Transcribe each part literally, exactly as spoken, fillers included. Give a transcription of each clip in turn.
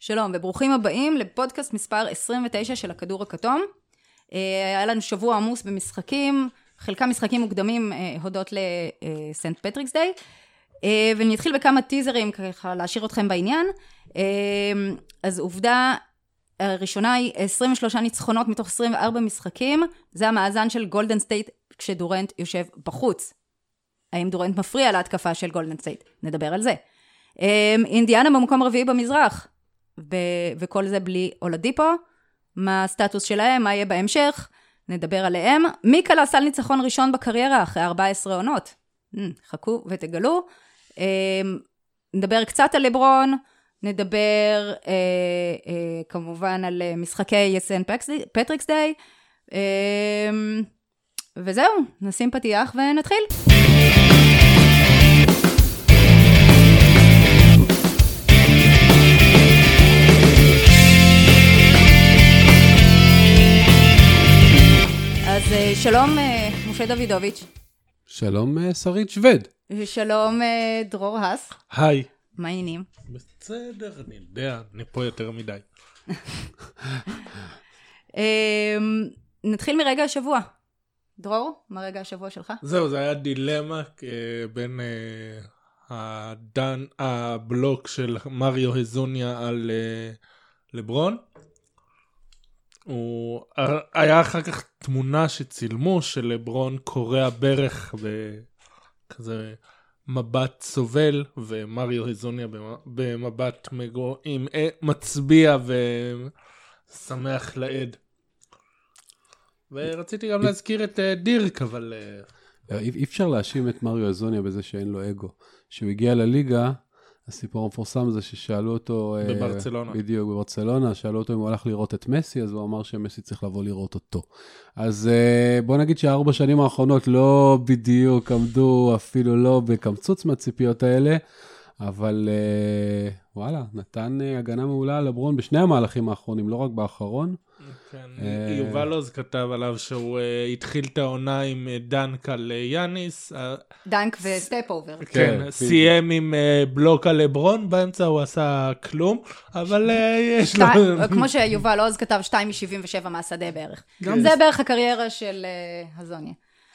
שלום וברוכים הבאים לפודקאסט מספר עשרים ותשע של הכדור הכתום. היה לנו שבוע עמוס במשחקים, חלקם משחקים מוקדמים הודות לסנט פטריקס דיי, ואני אתחיל בכמה טיזרים ככה להשאיר אתכם בעניין. אז עובדה הראשונה היא עשרים ושלושה ניצחונות מתוך עשרים וארבעה משחקים, זה המאזן של גולדן סטייט כשדורנט יושב בחוץ. האם דורנט מפריע להתקפה של גולדן סטייט? נדבר על זה. אינדיאנה במקום רביעי במזרח, וכל זה בלי אולדיפו, מה הסטטוס שלהם, מה יהיה בהמשך, נדבר עליהם. מי קלע סל ניצחון ראשון בקריירה אחרי ארבע עשרה עונות? חכו ותגלו. נדבר קצת על לברון, נדבר כמובן על משחקי סנט פטריקס דיי, וזהו, נשים פתיח ונתחיל. אז שלום משה דוידוביץ'. שלום שרית שווד. ושלום דרור האס. היי. מה העניינים? בסדר, אני יודע, אני פה יותר מדי. נתחיל מרגע השבוע. דרור, מה רגע השבוע שלך? זהו, זה היה דילמה בין הדן, הבלוק של מריו הזוניה על לברון. הוא היה אחר כך תמונה שצילמו של לברון קורע ברך וכזה מבט סובל, ומריו הזוניה במבט מגו עם מצביע ושמח לעד. ורציתי גם להזכיר את דירק, אבל אי אפשר להאשים את מריו הזוניה בזה שאין לו אגו. כשהוא הגיע לליגה, הסיפור המפורסם זה ששאלו אותו, בברצלונה. בדיוק, בברצלונה, שאלו אותו אם הוא הלך לראות את מסי, אז הוא אמר שמסי צריך לבוא לראות אותו. אז בוא נגיד שהארבע שנים האחרונות לא בדיוק עמדו, אפילו לא בקמצוץ מהציפיות האלה, אבל וואלה, נתן הגנה מעולה על לברון בשני המהלכים האחרונים, לא רק באחרון. כן, יובל עוז כתב עליו שהוא התחיל את העונה עם דנק על יאניס. דנק וסטפ אובר. כן, סיים עם בלוק על לברון, באמצע הוא עשה כלום, אבל יש לו... כמו שיובל עוז כתב שתיים משבעים ושבע מהשדה בערך. זה בערך הקריירה של הזוניה.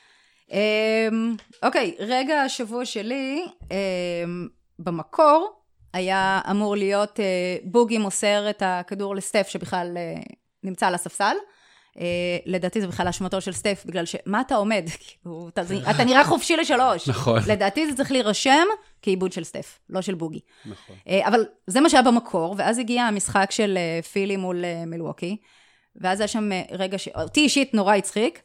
אוקיי, רגע השבוע שלי, במקור היה אמור להיות בוגי מוסר את הכדור לסטף שבכלל נמצא על הספסל. לדעתי זה בכלל אשמתו של סטף, בגלל שמה אתה עומד? אתה נראה חופשי לשלוש. נכון. לדעתי זה צריך להירשם כעיבוד של סטף, לא של בוגי. נכון. אבל זה מה שהיה במקור, ואז הגיע המשחק של פילי מול מילווקי, ואז היה שם רגע שאותי אישית נורא הצחיק.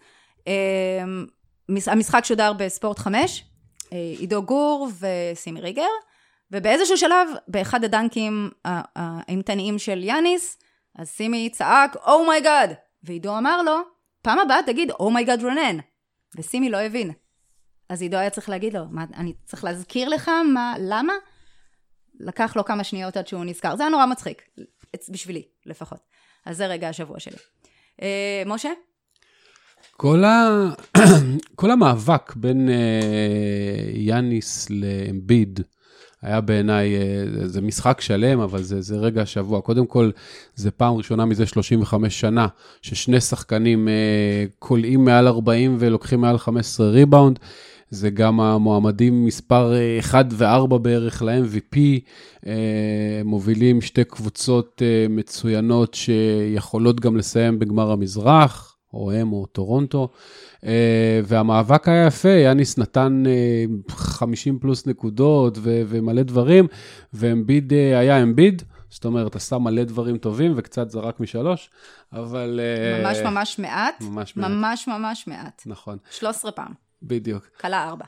המשחק שודר בספורט חמש, עידו גור וסימי ריגר, ובאיזשהו שלב, באחד הדנקים האימתניים של יאניס, אז סימי צעק, "Oh my God!" ועידו אמר לו, "פעם הבאה תגיד, Oh my God רונן." וסימי לא הבין. אז עידו היה צריך להגיד לו, "מה, אני צריך להזכיר לך מה, למה?" לקח לו כמה שניות עד שהוא נזכר. זה היה נורא מצחיק, בשבילי לפחות. אז זה רגע השבוע שלי. אה, משה? כל, ה... כל המאבק בין יאניס לאמביד, היה בעיניי, זה משחק שלם, אבל זה, זה רגע השבוע. קודם כל, זה פעם ראשונה מזה שלושים וחמש שנה, ששני שחקנים קולעים מעל ארבעים ולוקחים מעל חמש עשרה ריבאונד. זה גם המועמדים מספר אחת וארבע בערך ל-אם וי פי, מובילים שתי קבוצות מצוינות שיכולות גם לסיים בגמר המזרח, או הם או טורונטו, והמאבק היה יפה, יאניס נתן חמישים פלוס נקודות ומלא דברים, ואמביד היה אמביד, זאת אומרת, עשה מלא דברים טובים וקצת זרק משלוש, אבל... ממש ממש מעט, ממש מעט. ממש ממש מעט. נכון. שלוש עשרה פעם. בדיוק. קלה ארבע.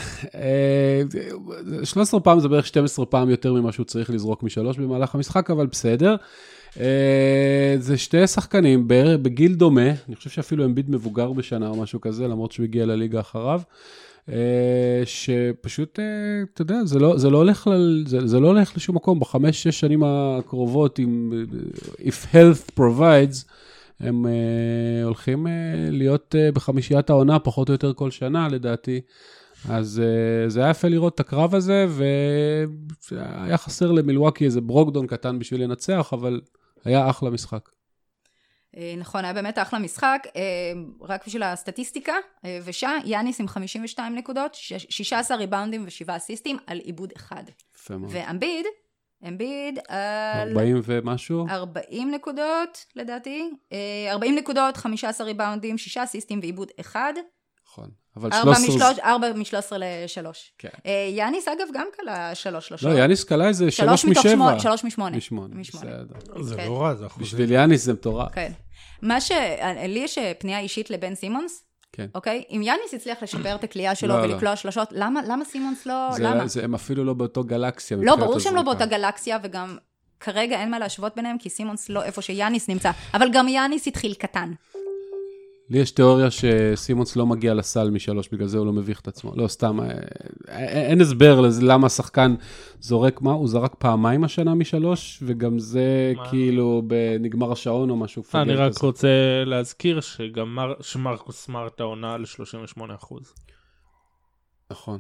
שלוש עשרה פעם זה בערך שתים עשרה פעם יותר ממה שהוא צריך לזרוק משלוש במהלך המשחק, אבל בסדר. זה שתי שחקנים בגיל דומה, אני חושב שאפילו אמביד מבוגר בשנה או משהו כזה, למרות שהוא הגיע לליגה אחריו, שפשוט, אתה יודע, זה לא, זה לא הולך, זה, זה לא הולך לשום מקום, בחמש, שש שנים הקרובות, עם, if health provides, הם הולכים להיות בחמישיית העונה, פחות או יותר כל שנה, לדעתי, אז uh, זה היה יפה לראות את הקרב הזה, והיה חסר למילווקי איזה ברוקדון קטן בשביל לנצח, אבל היה אחלה משחק. נכון, היה באמת אחלה משחק, רק בשביל הסטטיסטיקה, ושעה, יאניס עם חמישים ושתיים נקודות, שישה עשר ריבאונדים ושבעה אסיסטים על עיבוד אחד. ואמביד, אמביד על... ארבעים ומשהו? ארבעים נקודות, לדעתי. ארבעים נקודות, חמישה עשר ריבאונדים, שישה אסיסטים ועיבוד אחד. נכון. אבל שלוש עשרה... ארבע משלוש עשרה לשלוש. כן. יאניס, אגב, גם קלה שלוש לשלוש. לא, יאניס קלה איזה שלוש משבע. שלוש משמונה. משמונה, בסדר. זה לא רע, זה אחוז. בשביל יאניס זה מטורף. כן. מה ש... לי יש פנייה אישית לבן סימונס, כן. אוקיי? אם יאניס הצליח לשפר את הקליעה שלו ולקלוע שלושות, למה סימונס לא... למה? הם אפילו לא באותו גלקסיה. לא, ברור שהם לא באותה גלקסיה, וגם כרגע אין מה להשוות ביניהם, כי סימונס לא איפה שיאניס נמצא. אבל גם יאניס התחיל קטן. לי יש תיאוריה שסימונס לא מגיע לסל משלוש, בגלל זה הוא לא מביך את עצמו. לא, סתם, אין הסבר למה השחקן זורק, מה? הוא זרק פעמיים השנה משלוש, וגם זה כאילו בנגמר השעון או משהו. אני רק רוצה להזכיר שגם שמרקוס סמארט העונה ל-שלושים ושמונה אחוז. נכון.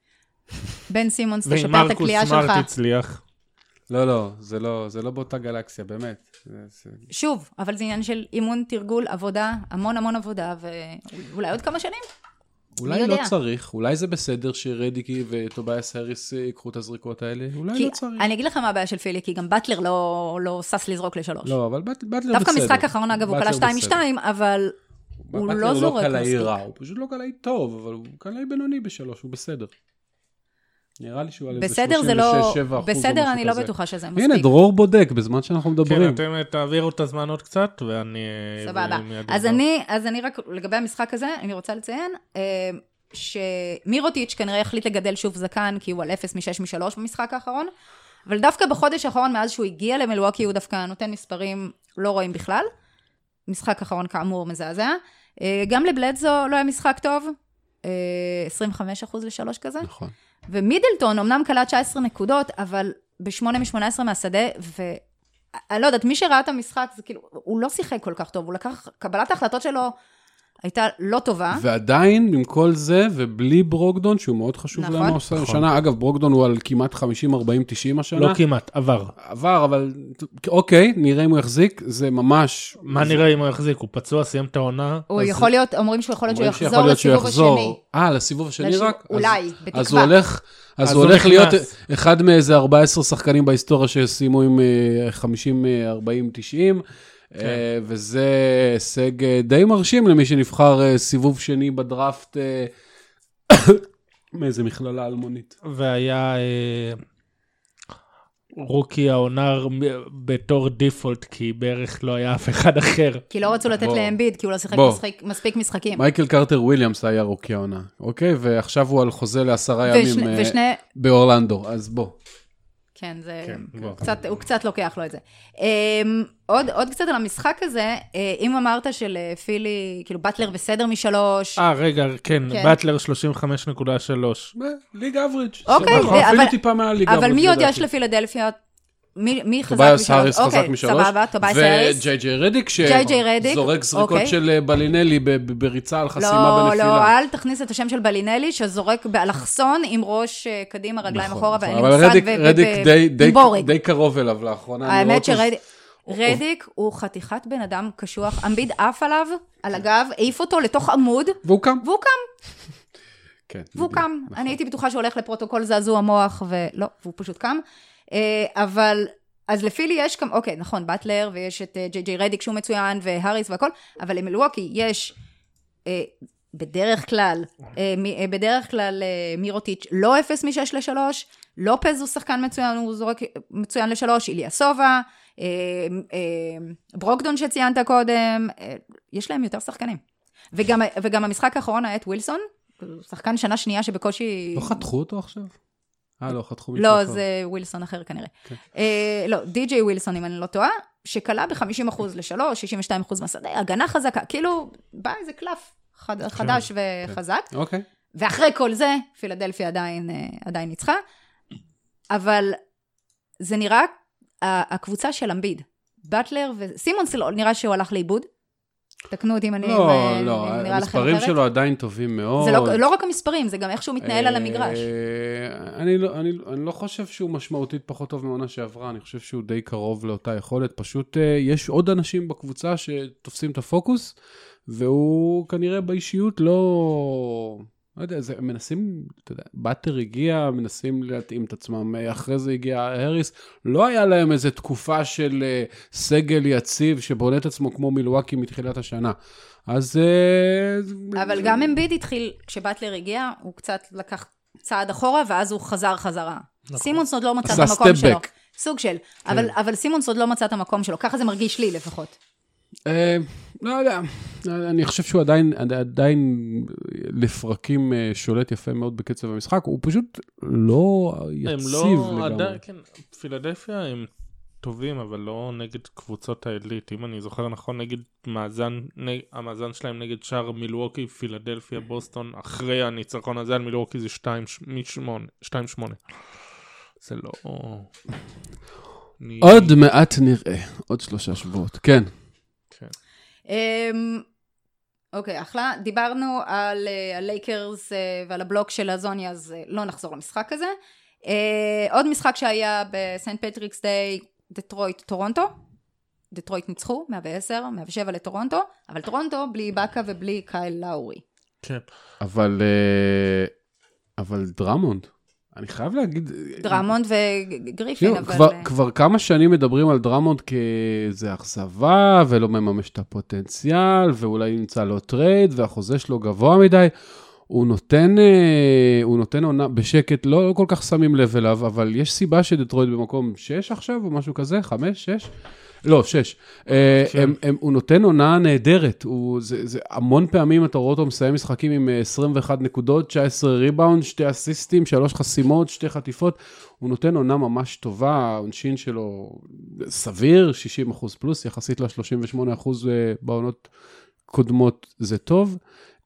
בן סימונס, תשפר את הקליעה שלך. מרקוס סמארט הצליח. לא, לא, זה לא, זה לא באותה גלקסיה, באמת. זה... שוב, אבל זה עניין של אימון, תרגול, עבודה, המון המון עבודה, ואולי עוד כמה שנים? אולי לא צריך, אולי זה בסדר שרדיקי וטובייס הריס יקחו את הזריקות האלה, אולי לא צריך. אני אגיד לך מה הבעיה של פילי, כי גם בטלר לא, לא סס לזרוק לשלוש. לא, אבל בטלר בסדר. דווקא משחק האחרון, אגב, הוא קלה שתיים משתיים, אבל הוא לא זורק מספיק. בטלר לא קלעי רע, הוא פשוט לא קלעי טוב, אבל הוא קלעי בינוני בשלוש, הוא בסדר. נראה לי שהוא על איזה שלושים ושש שבע אחוז. בסדר, אני לא בטוחה שזה מספיק. הנה, דרור בודק בזמן שאנחנו מדברים. כן, אתם תעבירו את הזמן עוד קצת, ואני... סבבה. אז אני, אז אני רק, לגבי המשחק הזה, אני רוצה לציין, שמירוטיץ' כנראה החליט לגדל שוב זקן, כי הוא על אפס משש משלוש במשחק האחרון, אבל דווקא בחודש האחרון, מאז שהוא הגיע למילווקי, הוא דווקא נותן מספרים לא רואים בכלל. משחק האחרון כאמור מזעזע. גם לבלדזו לא היה משחק טוב, עשרים וחמישה אחוז לשלוש כזה. נכון. ומידלטון, אמנם קלה תשע עשרה נקודות, אבל ב-שמונה משמונה עשרה מהשדה, ואני לא יודעת, מי שראה את המשחק, זה כאילו, הוא לא שיחק כל כך טוב, הוא לקח, קבלת ההחלטות שלו הייתה לא טובה. ועדיין, עם כל זה, ובלי ברוקדון, שהוא מאוד חשוב נכון. לנו השנה, אגב, ברוקדון הוא על כמעט חמישים ארבעים תשעים השנה. לא כמעט, עבר. עבר, אבל, אוקיי, נראה אם הוא יחזיק, זה ממש... מה נראה אם הוא יחזיק? הוא פצוע, סיים את העונה? הוא יכול להיות, אומרים שהוא יכול להיות שהוא יחזור לסיבוב השני. אה, לסיבוב השני רק? אולי, בתקווה. אז הוא הולך... אז הוא הולך להיות אחד מאיזה ארבעה עשר שחקנים בהיסטוריה שסיימו עם חמישים ארבעים תשעים, וזה הישג די מרשים למי שנבחר סיבוב שני בדראפט מאיזה מכללה אלמונית. והיה רוקי העונר בתור דיפולט, כי בערך לא היה אף אחד אחר. כי לא רצו לתת לאמביד, כי הוא לא שיחק מספיק משחקים. מייקל קרטר וויליאמס היה רוקי העונה, אוקיי? ועכשיו הוא על חוזה לעשרה ימים באורלנדו, אז בוא. כן, הוא קצת לוקח לו את זה. עוד קצת על המשחק הזה, אם אמרת של פילי, כאילו בטלר בסדר משלוש. אה, רגע, כן, בטלר שלושים וחמש נקודה שלוש. ליג אבריג'. אוקיי, אבל מי עוד יש לפילדלפיה? לפילדלפיה? מי חזק משלוש? טובייס האריס חזק משלוש. סבבה, טובייס האריס. וג'יי ג'יי רדיק, שזורק זריקות של בלינלי בריצה על חסימה בנפילה. לא, לא, אל תכניס את השם של בלינלי, שזורק באלכסון עם ראש קדימה, רגליים אחורה, ואין לי מושג ובורג. די קרוב אליו לאחרונה. האמת שרדיק הוא חתיכת בן אדם קשוח, אמביד עף עליו, על הגב, העיף אותו לתוך עמוד. והוא קם. והוא קם. והוא קם. אני הייתי בטוחה שהוא הולך לפרוטוקול זעזוע מוח, ולא, והוא פשוט קם. אבל, אז לפילי יש גם, אוקיי, נכון, בטלר, ויש את ג'יי ג'יי רדיק שהוא מצוין, והריס והכל, אבל למילווקי יש, בדרך כלל, בדרך כלל מירוטיץ' לא אפס משש לשלוש, לופז הוא שחקן מצוין, הוא זורק מצוין לשלוש, איליה סובה, ברוקדון שציינת קודם, יש להם יותר שחקנים. וגם, וגם המשחק האחרון היה את ווילסון, שחקן שנה שנייה שבקושי... לא חתכו אותו עכשיו? אה, לא, חתכו מישהו לא, אחר. זה ווילסון אחר כנראה. לא, די-ג'יי ווילסון, אם אני לא טועה, שקלה ב-חמישים אחוז לשלוש, שישים ושתיים אחוז מהשדה, הגנה חזקה, כאילו, בא איזה קלף חדש וחזק. אוקיי. ואחרי כל זה, פילדלפיה עדיין, עדיין ניצחה, אבל זה נראה, הקבוצה של אמביד, בטלר וסימונס, נראה שהוא הלך לאיבוד. תקנו אותי אם אני לא, נראה לא, לכם אחרת. המספרים שלו עדיין טובים מאוד. זה לא, לא רק המספרים, זה גם איך שהוא מתנהל על המגרש. אני לא, אני, אני לא חושב שהוא משמעותית פחות טוב מעונה שעברה, אני חושב שהוא די קרוב לאותה יכולת, פשוט יש עוד אנשים בקבוצה שתופסים את הפוקוס, והוא כנראה באישיות לא... לא יודע, זה, מנסים, אתה יודע, באטר הגיע, מנסים להתאים את עצמם, אחרי זה הגיע הריס, לא היה להם איזו תקופה של uh, סגל יציב שבונה את עצמו כמו מילואקי מתחילת השנה. אז... Uh, אבל גם אמביד התחיל, כשבאטלר הגיע, הוא קצת לקח צעד אחורה, ואז הוא חזר חזרה. נכון. סימונס עוד לא מצא את המקום שלו. סוג של, כן. אבל, אבל סימונס עוד לא מצא את המקום שלו, ככה זה מרגיש לי לפחות. לא יודע, אני חושב שהוא עדיין, עדיין לפרקים שולט יפה מאוד בקצב המשחק, הוא פשוט לא יציב לגמרי. כן, פילדלפיה הם טובים, אבל לא נגד קבוצות העילית. אם אני זוכר נכון, נגד מאזן, המאזן שלהם נגד שער מילווקי, פילדלפיה, בוסטון, אחרי הניצחון הזה על מילווקי זה שתיים שמונה. זה לא... עוד מעט נראה, עוד שלושה שבועות, כן. אוקיי, אחלה. דיברנו על הלייקרס ועל הבלוק של הזוני, אז לא נחזור למשחק הזה. עוד משחק שהיה בסנט פטריקס דיי, דטרויט טורונטו. דטרויט ניצחו, מאה ועשר, מאה ושבע לטורונטו, אבל טורונטו בלי בקה ובלי קייל לאורי. כן. אבל, אבל דרמונד. אני חייב להגיד... דרמונד וגריפין, אבל... כבר, כבר כמה שנים מדברים על דרמונד כאיזה אכזבה, ולא מממש את הפוטנציאל, ואולי נמצא לו טרייד, והחוזה שלו גבוה מדי. הוא נותן, הוא נותן עונה בשקט, לא, לא כל כך שמים לב אליו, אבל יש סיבה שדטרויט במקום שש עכשיו, או משהו כזה, חמש, שש? לא, שש. הם, הם, הוא נותן עונה נהדרת. הוא, זה, זה המון פעמים אתה רואה אותו מסיים משחקים עם עשרים ואחת נקודות, תשע עשרה ריבאונד, שתי אסיסטים, שלוש חסימות, שתי חטיפות. הוא נותן עונה ממש טובה, העונשין שלו סביר, שישים אחוז פלוס, יחסית ל-שלושים ושמונה אחוז בעונות קודמות זה טוב.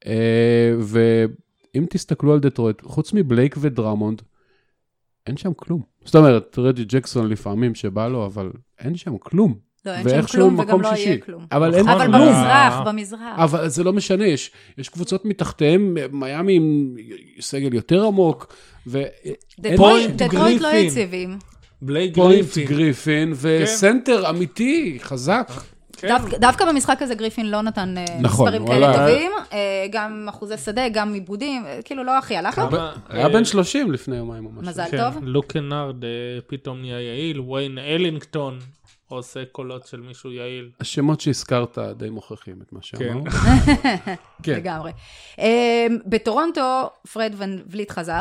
ואם תסתכלו על דטרויט, חוץ מבלייק ודרמונד, אין שם כלום. זאת אומרת, רג'י ג'קסון לפעמים שבא לו, אבל אין שם כלום. לא, אין שם כלום וגם לא יהיה כלום. אבל אין אבל כלום. במזרח, במזרח. אבל זה לא משנה, יש, יש קבוצות מתחתיהם, מיאמי עם סגל יותר עמוק, ו... דטרויט לא יציבים. בלייק גריפין. גריפין, וסנטר אמיתי, חזק. דווקא במשחק הזה גריפין לא נתן מספרים כאלה טובים, גם אחוזי שדה, גם עיבודים, כאילו לא הכי הלך לו. היה בן שלושים לפני יומיים ממש. מזל טוב. לוקנארד פתאום נהיה יעיל, וויין אלינגטון עושה קולות של מישהו יעיל. השמות שהזכרת די מוכיחים את מה שאמרו. כן, לגמרי. בטורונטו פרד ון וליט חזר,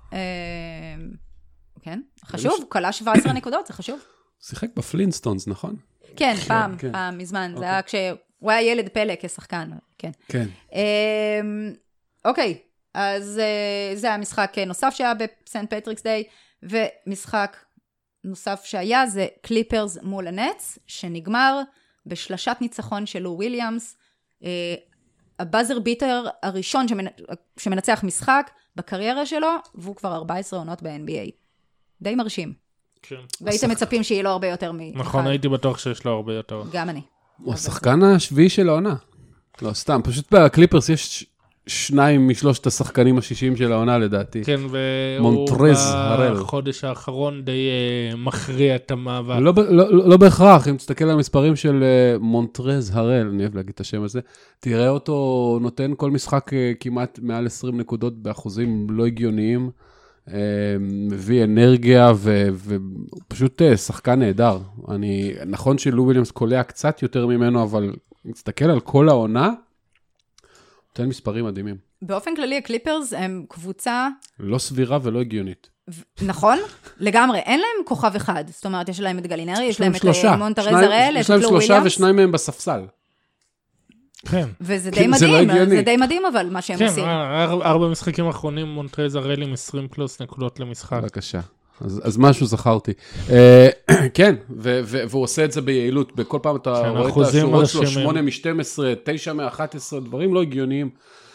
כן, חשוב, קלה שבע עשרה נקודות, זה חשוב. שיחק בפלינסטונס, נכון? כן, פעם, פעם, מזמן. זה היה כשהוא היה ילד פלא כשחקן, כן. כן. אוקיי, אז זה היה משחק נוסף שהיה בסנט פטריקס דיי, ומשחק נוסף שהיה זה קליפרס מול הנץ, שנגמר בשלשת ניצחון של לו וויליאמס, הבאזר ביטר הראשון שמנצח משחק בקריירה שלו, והוא כבר ארבע עשרה עונות ב-אן בי איי. די מרשים. כן. והייתם מצפים שיהיה לו הרבה יותר מאחד. נכון, הייתי בטוח שיש לו הרבה יותר. גם אני. הוא השחקן השביעי של העונה. לא, סתם, פשוט בקליפרס יש שניים משלושת השחקנים השישיים של העונה לדעתי. כן, והוא בחודש האחרון די מכריע את המאבק. לא, לא, לא בהכרח, אם תסתכל על המספרים של מונטרז הראל, אני אוהב להגיד את השם הזה, תראה אותו נותן כל משחק כמעט מעל עשרים נקודות באחוזים לא הגיוניים, מביא אנרגיה ופשוט שחקן נהדר. אני, נכון שלו וויליאמס קולע קצת יותר ממנו, אבל נסתכל על כל העונה, נותן מספרים מדהימים. באופן כללי הקליפרס הם קבוצה... לא סבירה ולא הגיונית. נכון, לגמרי. אין להם כוכב אחד. זאת אומרת, יש להם את גלינרי, יש להם את מונטרז הראל, יש להם שלושה ושניים מהם בספסל. כן. וזה די מדהים, זה די מדהים אבל מה שהם עושים. כן, ארבע משחקים האחרונים מונטרז הראל עם עשרים פלוס נקודות למשחק. בבקשה. אז משהו זכרתי. כן, והוא עושה את זה ביעילות. בכל פעם אתה רואה את השורות שלו, שמונה משתים עשרה, תשע מאחת עשרה, דברים לא הגיוניים.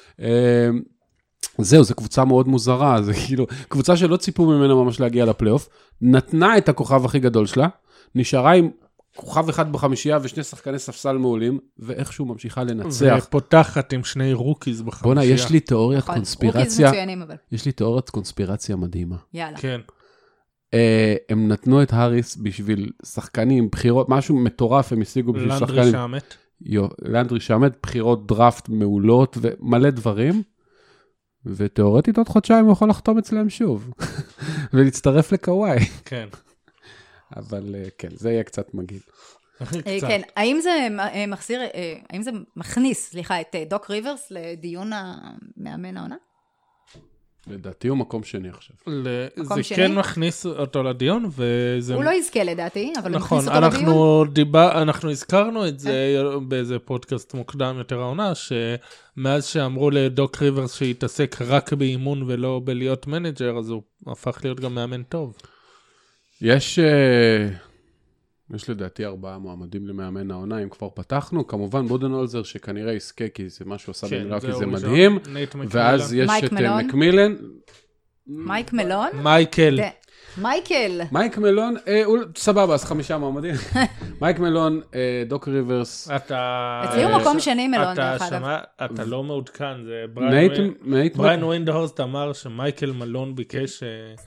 זהו, זו קבוצה מאוד מוזרה. זה כאילו, קבוצה שלא ציפו ממנה ממש להגיע לפלייאוף, נתנה את הכוכב הכי גדול שלה, נשארה עם כוכב אחד בחמישייה ושני שחקני ספסל מעולים, ואיכשהו ממשיכה לנצח. ופותחת עם שני רוקיז בחמישייה. בונה, יש לי תיאוריית נכון, קונספירציה. רוקיז מצוינים, אבל. יש לי תיאוריית קונספירציה מדהימה. יאללה. כן. אה, הם נתנו את האריס בשביל שחקנים, בחירות, משהו מטורף הם השיגו בשביל לנדרי שחקנים. שעמת. יו, לנדרי שעמת, בחירות דראפט מעולות ומלא דברים. ותיאורטית עוד חודשיים הוא יכול לחתום אצלם שוב. ולהצטרף לקוואי. כן. אבל כן, זה יהיה קצת מגעיל. כן, האם זה מחזיר, האם זה מכניס, סליחה, את דוק ריברס לדיון המאמן העונה? לדעתי הוא מקום שני עכשיו. זה כן מכניס אותו לדיון, וזה... הוא לא יזכה לדעתי, אבל הוא נכון, מכניס אותו לדיון. אנחנו דיבר, אנחנו הזכרנו את זה באיזה פודקאסט מוקדם יותר העונה, שמאז שאמרו לדוק ריברס שיתעסק רק באימון ולא בלהיות מנג'ר, אז הוא הפך להיות גם מאמן טוב. יש... יש לדעתי ארבעה מועמדים למאמן העונה, אם כבר פתחנו, כמובן בודנהולזר שכנראה יזכה, כי זה מה שהוא עושה בניו כי זה מדהים, ואז יש את מקמילן. מייק מלון? מייקל. מייקל. מייק מלון, סבבה, אז חמישה מועמדים. מייק מלון, דוק ריברס. אצלי הוא מקום שני מלון, דרך אגב. אתה לא מעודכן, זה בריין ווינדהורסט אמר שמייקל מלון ביקש...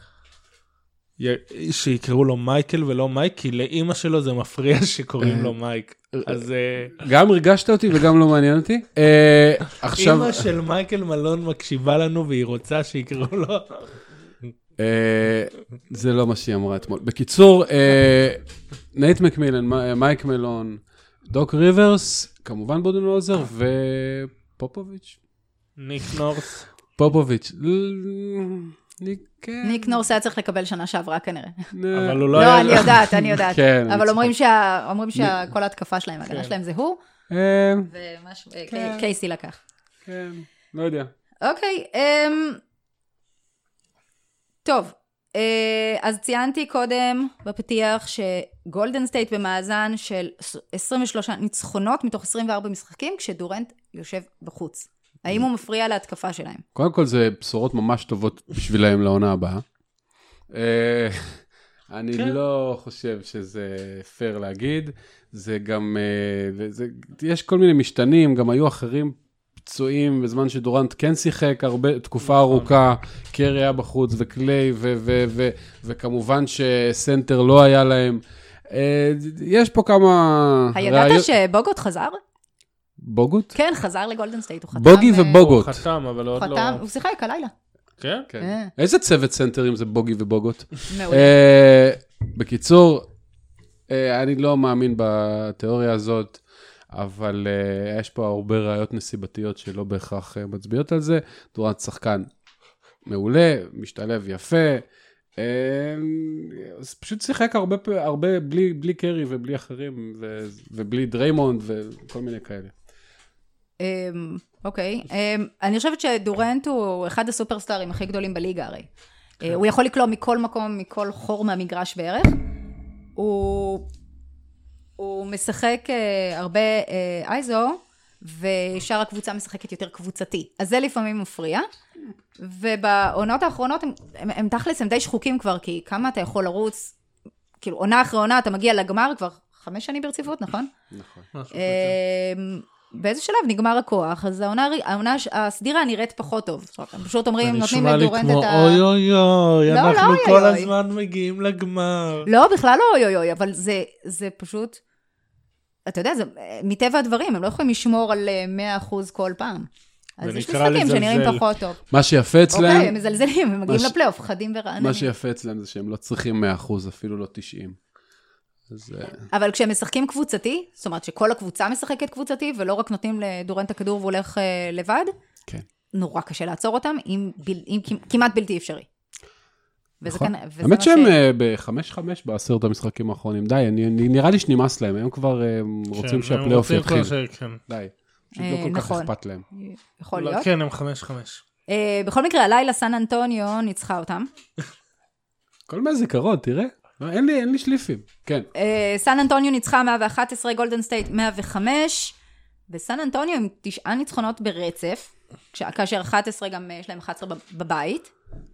שיקראו לו מייקל ולא מייק, כי לאמא שלו זה מפריע שקוראים לו מייק. אז... גם הרגשת אותי וגם לא מעניין אותי. אמא של מייקל מלון מקשיבה לנו והיא רוצה שיקראו לו. זה לא מה שהיא אמרה אתמול. בקיצור, נייט מקמילן, מייק מלון, דוק ריברס, כמובן בודנהולזר ופופוביץ'. ניק נורס. פופוביץ'. ניק נורס היה צריך לקבל שנה שעברה כנראה. אבל הוא לא לא, היה... אני יודעת, אני יודעת. כן, אבל אומרים שכל ההתקפה שלהם, ההגנה שלהם זה הוא, וקייסי לקח. כן, לא יודע. אוקיי, טוב, אז ציינתי קודם בפתיח שגולדן סטייט במאזן של עשרים ושלושה ניצחונות מתוך עשרים וארבע משחקים, כשדורנט יושב בחוץ. האם הוא מפריע להתקפה שלהם? קודם כל, זה בשורות ממש טובות בשבילהם לעונה הבאה. אני לא חושב שזה פייר להגיד. זה גם, יש כל מיני משתנים, גם היו אחרים פצועים, בזמן שדורנט כן שיחק הרבה, תקופה ארוכה, קרי היה בחוץ וקליי, וכמובן שסנטר לא היה להם. יש פה כמה... הידעת שבוגוט חזר? בוגוט? כן, חזר לגולדן סטייט, הוא חתם. בוגי ובוגוט. הוא חתם, אבל עוד לא... חתם, הוא שיחק הלילה. כן? כן. איזה צוות סנטרים זה בוגי ובוגוט? מעולה. בקיצור, אני לא מאמין בתיאוריה הזאת, אבל יש פה הרבה ראיות נסיבתיות שלא בהכרח מצביעות על זה. דורנט שחקן מעולה, משתלב יפה, אז פשוט שיחק הרבה, הרבה בלי, בלי קרי ובלי אחרים, ובלי דריימונד וכל מיני כאלה. אוקיי, אני חושבת שדורנט הוא אחד הסופרסטארים הכי גדולים בליגה הרי. הוא יכול לקלוע מכל מקום, מכל חור מהמגרש בערך. הוא משחק הרבה אייזו, ושאר הקבוצה משחקת יותר קבוצתי. אז זה לפעמים מפריע. ובעונות האחרונות הם, הם, הם תכלס, הם די שחוקים כבר, כי כמה אתה יכול לרוץ, כאילו עונה אחרי עונה, אתה מגיע לגמר כבר חמש שנים ברציפות, נכון? נכון. באיזה שלב נגמר הכוח, אז העונה, העונה הסדירה נראית פחות טוב. הם פשוט אומרים, נותנים לדורנט את ה... אוי אוי אוי, אנחנו כל הזמן מגיעים לגמר. לא, בכלל לא אוי אוי אוי, אבל זה, זה פשוט, אתה יודע, זה, מטבע הדברים, הם לא יכולים לשמור על מאה אחוז כל פעם. אז יש משחקים שנראים פחות טוב. מה שיפה אצלם... אוקיי, הם מזלזלים, הם מגיעים לפלייאוף, חדים ורעננים. מה שיפה אצלם זה שהם לא צריכים מאה אחוז, אפילו לא תשעים. אבל כשהם משחקים קבוצתי, זאת אומרת שכל הקבוצה משחקת קבוצתי, ולא רק נותנים לדורנט הכדור והולך לבד, כן. נורא קשה לעצור אותם, עם כמעט בלתי אפשרי. נכון. האמת שהם ב-חמש חמש בעשרת המשחקים האחרונים, די, נראה לי שנמאס להם, הם כבר רוצים שהפלייאוף יתחיל. די. פשוט לא כל כך אכפת להם. יכול להיות. כן, הם חמש חמש. בכל מקרה, הלילה סן אנטוניו ניצחה אותם. כל מהזיכרון, תראה. אין לי, אין לי שליפים. כן. סן אנטוניו ניצחה מאה ואחת עשרה, גולדן סטייט מאה וחמש, וסן אנטוניו עם תשעה ניצחונות ברצף, כאשר אחת עשרה גם יש להם אחת עשרה בבית.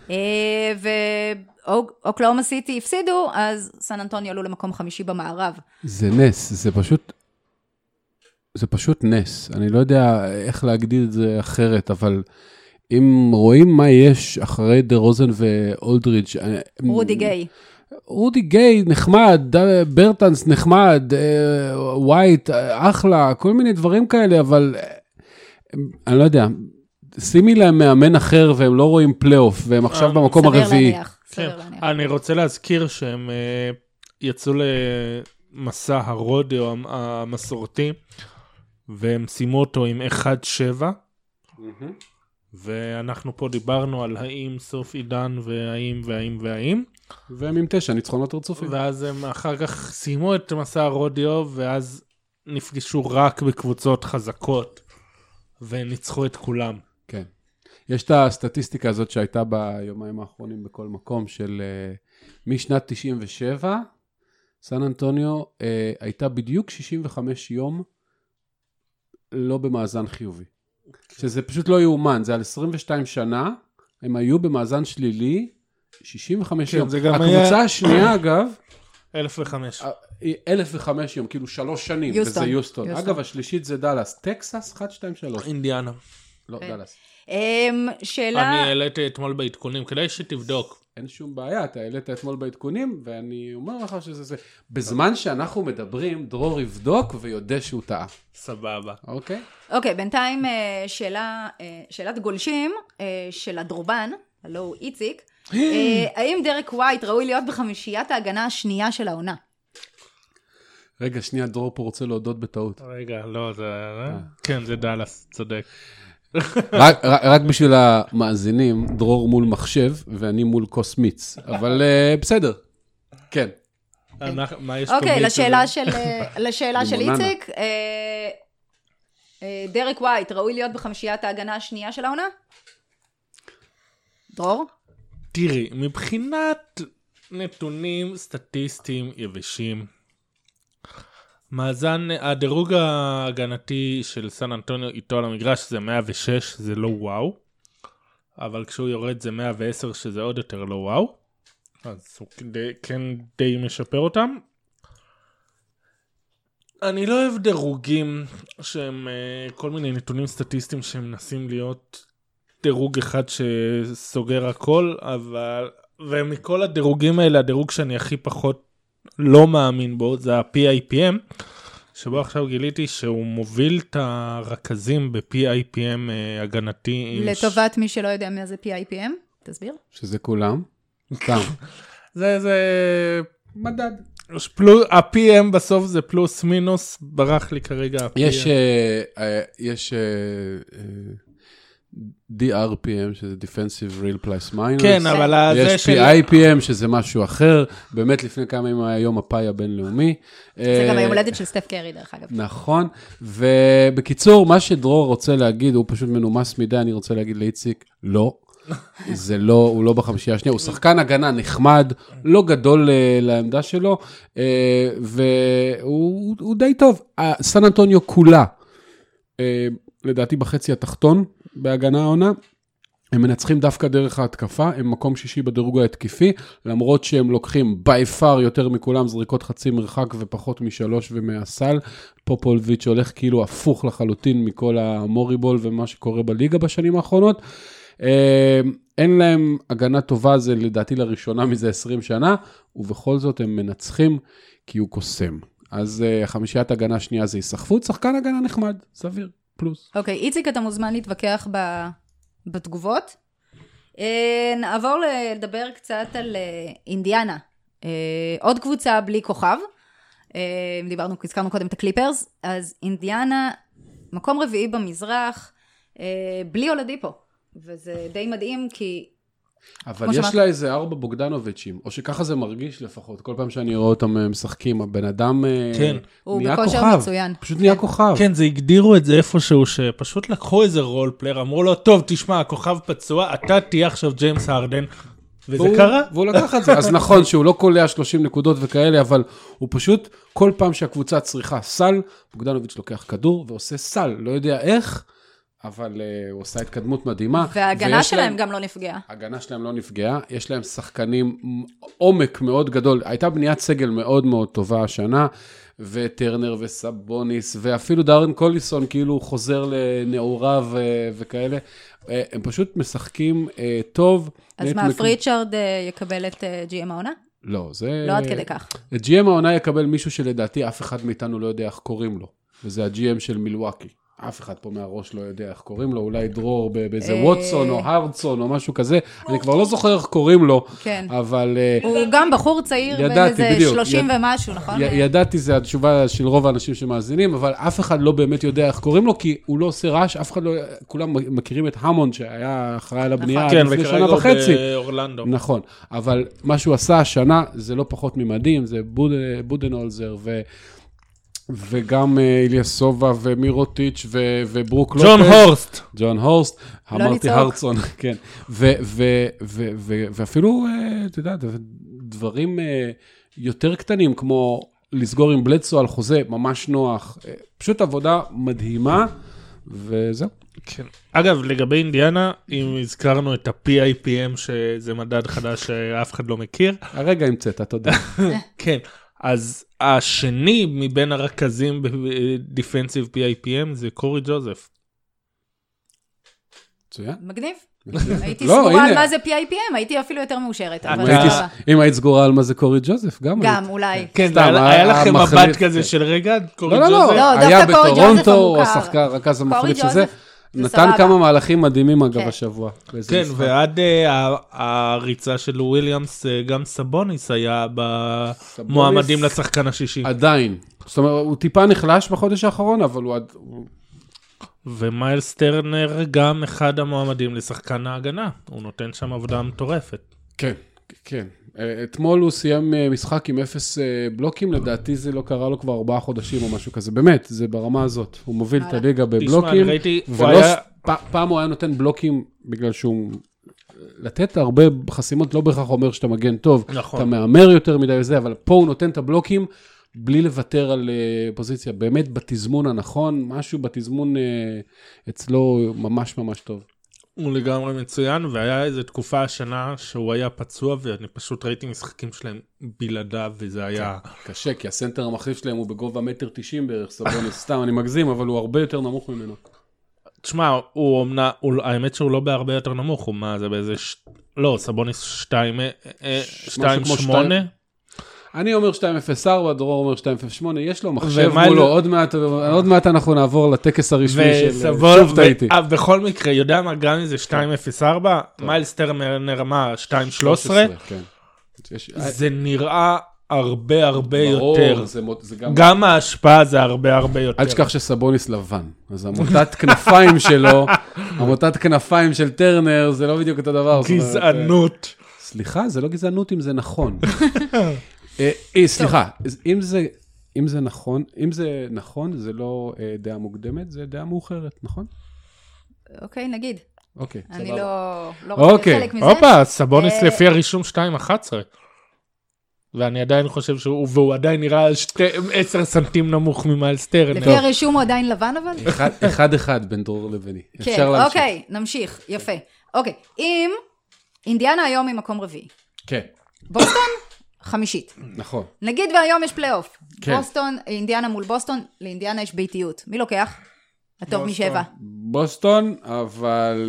ואוקלאומה סיטי הפסידו, אז סן אנטוניו עלו למקום חמישי במערב. זה נס, זה פשוט, זה פשוט נס. אני לא יודע איך להגדיר את זה אחרת, אבל אם רואים מה יש אחרי דה רוזן ואולדריץ' רודי גיי. רודי גיי נחמד, ברטנס נחמד, ווייט, אחלה, כל מיני דברים כאלה, אבל אני לא יודע, שימי להם מאמן אחר והם לא רואים פלייאוף, והם עכשיו במקום הרביעי. אני רוצה להזכיר שהם יצאו למסע הרודיו המסורתי, והם שימו אותו עם אחד שבע, ואנחנו פה דיברנו על האם סוף עידן, והאם והאם והאם. והם עם תשע ניצחונות רצופים. ואז הם אחר כך סיימו את מסע הרודיו, ואז נפגשו רק בקבוצות חזקות, וניצחו את כולם. כן. יש את הסטטיסטיקה הזאת שהייתה ביומיים האחרונים בכל מקום, של uh, משנת תשעים ושבע, סן אנטוניו uh, הייתה בדיוק שישים וחמישה יום לא במאזן חיובי. שזה פשוט לא יאומן, זה על עשרים ושתיים שנה, הם היו במאזן שלילי, שישים וחמישה יום. הקבוצה השנייה, אגב, אלף וחמש. אלף וחמש יום, כאילו שלוש שנים, וזה יוסטון. אגב, השלישית זה דלס. טקסס, אחת, שתיים, שלוש. אינדיאנה. לא, דלס. שאלה... אני העליתי אתמול בעדכונים, כדאי שתבדוק. אין שום בעיה, אתה העלית אתמול בעדכונים, ואני אומר לך שזה זה. בזמן שאנחנו מדברים, דרור יבדוק ויודע שהוא טעה. סבבה. אוקיי? אוקיי, בינתיים שאלה, שאלת גולשים של הדרובן, הלא הוא איציק, האם דרק ווייט ראוי להיות בחמישיית ההגנה השנייה של העונה? רגע, שנייה, דרור פה רוצה להודות בטעות. רגע, לא, זה... כן, זה דלס, צודק. רק, רק בשביל המאזינים, דרור מול מחשב, ואני מול כוס מיץ. אבל בסדר. כן. מה יש פה? אוקיי, לשאלה של, לשאלה של איציק, דרק ווייט ראוי להיות בחמישיית ההגנה השנייה של העונה? דרור? תראי, מבחינת נתונים סטטיסטיים יבשים, מאזן, הדירוג ההגנתי של סן אנטוניו איתו על המגרש זה מאה ושש, זה לא וואו, אבל כשהוא יורד זה מאה ועשר, שזה עוד יותר לא וואו, אז הוא כדי, כן די משפר אותם. אני לא אוהב דירוגים שהם כל מיני נתונים סטטיסטיים שהם מנסים להיות דירוג אחד שסוגר הכל, אבל, ומכל הדירוגים האלה, הדירוג שאני הכי פחות לא מאמין בו, זה ה-פי איי פי אם, שבו עכשיו גיליתי שהוא מוביל את הרכזים ב-פי איי פי אם הגנתי. לטובת מי שלא יודע מה זה פי איי פי אם, תסביר. שזה כולם. סתם. זה, זה מדד. ה-פי אם בסוף זה פלוס מינוס, ברח לי כרגע ה-פי אם. יש, יש די אר פי אם, שזה Defensive Real Plus Minus. כן, אבל יש פי איי פי אם, שזה משהו אחר. באמת, לפני כמה ימים היום הפאי הבינלאומי. זה גם היום הולדת של סטף קרי, דרך אגב. נכון. ובקיצור, מה שדרור רוצה להגיד, הוא פשוט מנומס מדי, אני רוצה להגיד לאיציק, לא. זה לא, הוא לא בחמישייה השנייה, הוא שחקן הגנה נחמד, לא גדול לעמדה שלו, והוא די טוב. סן אנטוניו כולה, לדעתי בחצי התחתון, בהגנה העונה, הם מנצחים דווקא דרך ההתקפה, הם מקום שישי בדירוג ההתקפי, למרות שהם לוקחים by far יותר מכולם זריקות חצי מרחק ופחות משלוש ומהסל, פופולביץ' הולך כאילו הפוך לחלוטין מכל המוריבול ומה שקורה בליגה בשנים האחרונות, אין להם הגנה טובה, זה לדעתי לראשונה מזה עשרים שנה, ובכל זאת הם מנצחים כי הוא קוסם. אז חמישיית הגנה שנייה זה יסחפות, שחקן הגנה נחמד, סביר. פלוס. אוקיי, איציק, אתה מוזמן להתווכח בתגובות. נעבור לדבר קצת על אינדיאנה. עוד קבוצה בלי כוכב. דיברנו, הזכרנו קודם את הקליפרס. אז אינדיאנה, מקום רביעי במזרח, בלי אולדיפו. וזה די מדהים כי... אבל יש שמעת... לה איזה ארבע בוגדנוביצ'ים, או שככה זה מרגיש לפחות, כל פעם שאני רואה אותם משחקים, הבן אדם כן. נהיה הוא כוכב, מצוין. פשוט נהיה כוכב. כן, זה הגדירו את זה איפשהו, שפשוט לקחו איזה רול פלייר, אמרו לו, טוב, תשמע, הכוכב פצוע, אתה תהיה עכשיו ג'יימס הרדן, וזה והוא, קרה. והוא לקח את זה, אז נכון שהוא לא קולע שלושים נקודות וכאלה, אבל הוא פשוט, כל פעם שהקבוצה צריכה סל, בוגדנוביץ' לוקח כדור ועושה סל, לא יודע איך, אבל הוא עושה התקדמות מדהימה. וההגנה שלהם גם לא נפגעה. ההגנה שלהם לא נפגעה, יש להם שחקנים עומק מאוד גדול, הייתה בניית סגל מאוד מאוד טובה השנה, וטרנר וסבוניס, ואפילו דארן קוליסון כאילו חוזר לנעוריו וכאלה, הם פשוט משחקים טוב. אז מה, פריצ'ארד יקבל את ג'י אם העונה? לא, זה... לא עד כדי כך. את ג'י אם העונה יקבל מישהו שלדעתי אף אחד מאיתנו לא יודע איך קוראים לו, וזה ה-ג'י אם של מילווקי. אף אחד פה מהראש לא יודע איך קוראים לו, אולי דרור באיזה ווטסון או הרצון או משהו כזה, אני כבר לא זוכר איך קוראים לו, אבל... הוא גם בחור צעיר באיזה שלושים ומשהו, נכון? ידעתי, זה התשובה של רוב האנשים שמאזינים, אבל אף אחד לא באמת יודע איך קוראים לו, כי הוא לא עושה רעש, אף אחד לא... כולם מכירים את המונד שהיה אחראי על הבנייה לפני שנה וחצי. נכון, אבל מה שהוא עשה השנה, זה לא פחות ממדים, זה בודנולזר ו... וגם איליאסובה ומירוטיץ' וברוק לופס. ג'ון הורסט. ג'ון הורסט, אמרתי הרצון, כן. ואפילו, אתה יודע, דברים יותר קטנים, כמו לסגור עם בלדסו על חוזה, ממש נוח. פשוט עבודה מדהימה, וזהו. כן. אגב, לגבי אינדיאנה, אם הזכרנו את ה-פי איי פי אם, שזה מדד חדש שאף אחד לא מכיר. הרגע המצאת, אתה יודע. כן. אז השני מבין הרכזים בדיפנסיב פי איי פי אם זה קורי ג'וזף. מצוין. מגניב. הייתי סגורה על מה זה פי איי פי אם, הייתי אפילו יותר מאושרת. אם היית סגורה על מה זה קורי ג'וזף, גם. גם, אולי. כן, היה לכם מבט כזה של רגע, קורי ג'וזף? לא, לא, היה בטורונטו, או השחקן, רכז המחליף שזה. נתן כמה מהלכים מדהימים אגב השבוע. כן, ועד הריצה של וויליאמס, גם סבוניס היה במועמדים לשחקן השישי. עדיין. זאת אומרת, הוא טיפה נחלש בחודש האחרון, אבל הוא עד... ומיילס טרנר גם אחד המועמדים לשחקן ההגנה. הוא נותן שם עבודה מטורפת. כן, כן. אתמול הוא סיים משחק עם אפס בלוקים, לדעתי זה לא קרה לו כבר ארבעה חודשים או משהו כזה, באמת, זה ברמה הזאת. הוא מוביל את הליגה בבלוקים, פעם הוא היה נותן בלוקים בגלל שהוא, לתת הרבה חסימות לא בהכרח אומר שאתה מגן טוב, אתה מאמר יותר מדי וזה, אבל פה הוא נותן את הבלוקים בלי לוותר על פוזיציה, באמת בתזמון הנכון, משהו בתזמון אצלו ממש ממש טוב. הוא לגמרי מצוין, והיה איזו תקופה השנה שהוא היה פצוע, ואני פשוט ראיתי משחקים שלהם בלעדיו, וזה היה... קשה, כי הסנטר המחליף שלהם הוא בגובה מטר תשעים בערך, סבוניס, סתם, אני מגזים, אבל הוא הרבה יותר נמוך ממנו. תשמע, הוא אומנה, האמת שהוא לא בהרבה יותר נמוך, הוא מה, זה באיזה... לא, סבוניס שתיים שמונה? אני אומר שתיים אפס ארבע, דרור אומר שתיים אפס שמונה, יש לו מחשב מולו, עוד מעט, עוד מעט אנחנו נעבור לטקס הרשמי של שוב טעיתי. בכל מקרה, יודע מה, גם אם זה שתיים אפס ארבע, מיילס טרנר מה, שתיים שלוש עשרה, זה נראה הרבה הרבה יותר. גם ההשפעה זה הרבה הרבה יותר. אל תשכח שסבוניס לבן, אז המוטת כנפיים שלו, המוטת כנפיים של טרנר, זה לא בדיוק אותו דבר. גזענות. סליחה, זה לא גזענות אם זה נכון. סליחה, אם זה, אם זה נכון, אם זה נכון, זה לא דעה מוקדמת, זה דעה מאוחרת, נכון? אוקיי, נגיד. אוקיי, אני לא, לא רוצה חלק מזה. אופה, סבוניס לפי הרישום שתיים אחת עשרה. ואני עדיין חושב שהוא, והוא עדיין נראה עשר סנטים נמוך ממיילס טרנר. לפי הרישום הוא עדיין לבן אבל? אחד אחד בין דרור לבני. כן, אוקיי, נמשיך, יפה. אוקיי, אם אינדיאנה היום היא מקום רביעי. כן. בוסטון? חמישית. נכון. נגיד והיום יש פלייאוף. כן. בוסטון, אינדיאנה מול בוסטון, לאינדיאנה יש ביתיות. מי לוקח? הטוב משבע. בוסטון, אבל...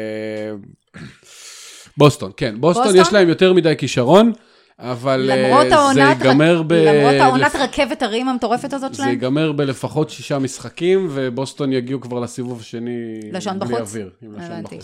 בוסטון, כן. בוסטון, בוסטון יש להם יותר מדי כישרון, אבל זה ייגמר ב... למרות העונת רכבת הרים המטורפת הזאת שלהם? זה ייגמר בלפחות שישה משחקים, ובוסטון יגיעו כבר לסיבוב השני... לשון בחוץ? בלי אוויר. הבנתי.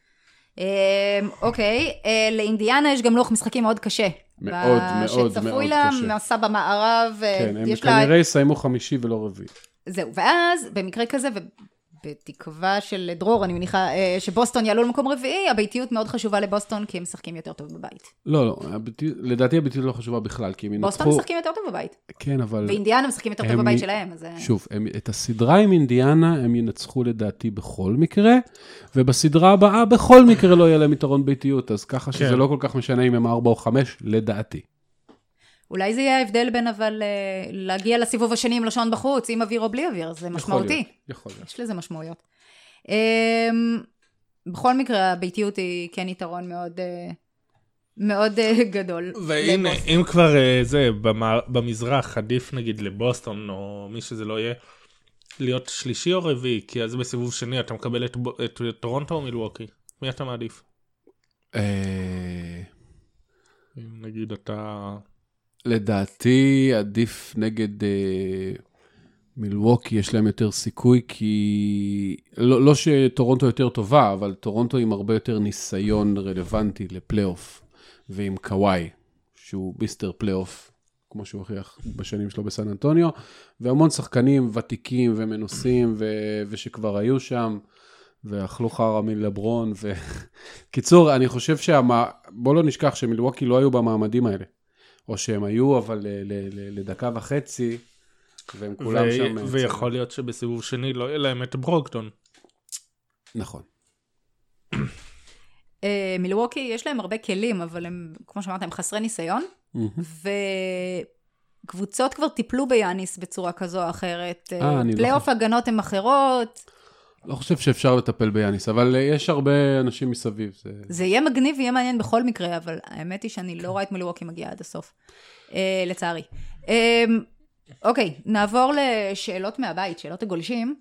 אוקיי, לאינדיאנה יש גם לוח משחקים מאוד קשה. מאוד, מאוד, מאוד קשה. שצפוי לה, מסע במערב. כן, הם כנראה יסיימו חמישי ולא רביעי. זהו, ואז במקרה כזה, ובתקווה של דרור, אני מניחה שבוסטון יעלו למקום רביעי, הביתיות מאוד חשובה לבוסטון, כי הם משחקים יותר טוב בבית. לא, לא, לדעתי הביתיות לא חשובה בכלל, כי הם ינצחו... בוסטון משחקים יותר טוב בבית. כן, אבל... ואינדיאנה משחקים יותר טוב בבית שלהם, אז... שוב, את הסדרה עם אינדיאנה הם ינצחו לדעתי בכל מקרה, ובסדרה הבאה בכל מקרה לא יהיה להם יתרון ביתיות, אז ככה שזה לא כל כך משנה אם הם ארבע או חמש, לדעתי. אולי זה יהיה ההבדל בין אבל להגיע לסיבוב השני עם לשון בחוץ, עם אוויר או בלי אוויר, זה משמעותי. יכול להיות. יש לזה משמעויות. בכל מקרה, הביתיות היא כן יתרון מאוד, מאוד גדול. והנה, אם כבר זה, במזרח, עדיף נגיד לבוסטון, או מי שזה לא יהיה, להיות שלישי או רביעי, כי אז בסיבוב שני אתה מקבל את, את טורונטו או מילווקי. מי אתה מעדיף? נגיד אתה... לדעתי עדיף נגד מילווקי, יש להם יותר סיכוי, כי לא, לא שטורונטו יותר טובה, אבל טורונטו עם הרבה יותר ניסיון רלוונטי לפלייאוף, ועם קוואי, שהוא ביסטר פלייאוף, כמו שהוא הוכיח בשנים שלו בסן אנטוניו, והמון שחקנים ותיקים ומנוסים, ו- ושכבר היו שם, ואכלו חרא מלברון, וקיצור, אני חושב שהמה... בוא לא נשכח שמילווקי לא היו במעמדים האלה, או שהם היו, אבל ל- ל- ל- לדקה וחצי, והם כולם ו- שם... ויכול להיות שבסיבוב שני לא יהיה להם את ברוקטון. נכון. מילווקי יש להם הרבה כלים, אבל הם, כמו שאמרת, הם חסרי ניסיון, וקבוצות כבר טיפלו ביאניס בצורה כזו או אחרת. פלייאוף הגנות הם אחרות. לא חושב שאפשר לטפל ביאניס, אבל יש הרבה אנשים מסביב. זה יהיה מגניב ויהיה מעניין בכל מקרה, אבל האמת היא שאני לא רואה את מילווקי מגיעה עד הסוף, לצערי. אוקיי, נעבור לשאלות מהבית, שאלות הגולשים.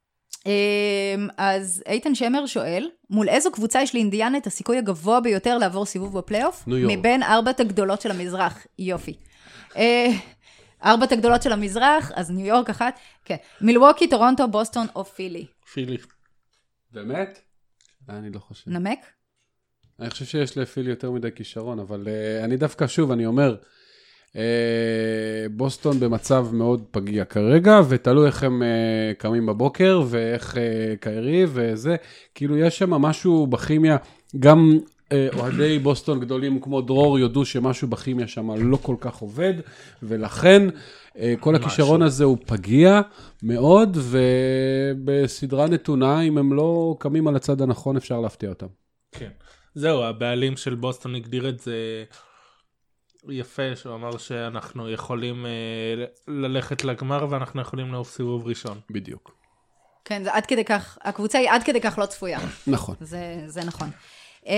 אז איתן שמר שואל, מול איזו קבוצה יש לאינדיאנה את הסיכוי הגבוה ביותר לעבור סיבוב בפלייאוף? ניו יורק. מבין ארבעת הגדולות של המזרח. יופי. ארבעת הגדולות של המזרח, אז ניו יורק אחת. כן. מילווקי, טורונטו, בוסטון או פילי? פילי. באמת? אני לא חושב. נמק? אני חושב שיש לפילי יותר מדי כישרון, אבל אני דווקא שוב, אני אומר, בוסטון במצב מאוד פגיע כרגע, ותלו איך הם קמים בבוקר, ואיך קיירי, וזה, כאילו יש שם משהו בכימיה, גם אוהדי בוסטון גדולים כמו דרור יודו שמשהו בכימיה שם לא כל כך עובד, ולכן כל הכישרון הזה הוא פגיע מאוד, ובסדרה נתונה, אם הם לא קמים על הצד הנכון, אפשר להפתיע אותם. כן. זהו, הבעלים של בוסטון הגדיר את זה יפה, שהוא אמר שאנחנו יכולים אה, ללכת לגמר, ואנחנו יכולים לעוף סיבוב ראשון. בדיוק. כן, זה עד כדי כך, הקבוצה היא עד כדי כך לא צפויה. נכון. זה, זה נכון. אה,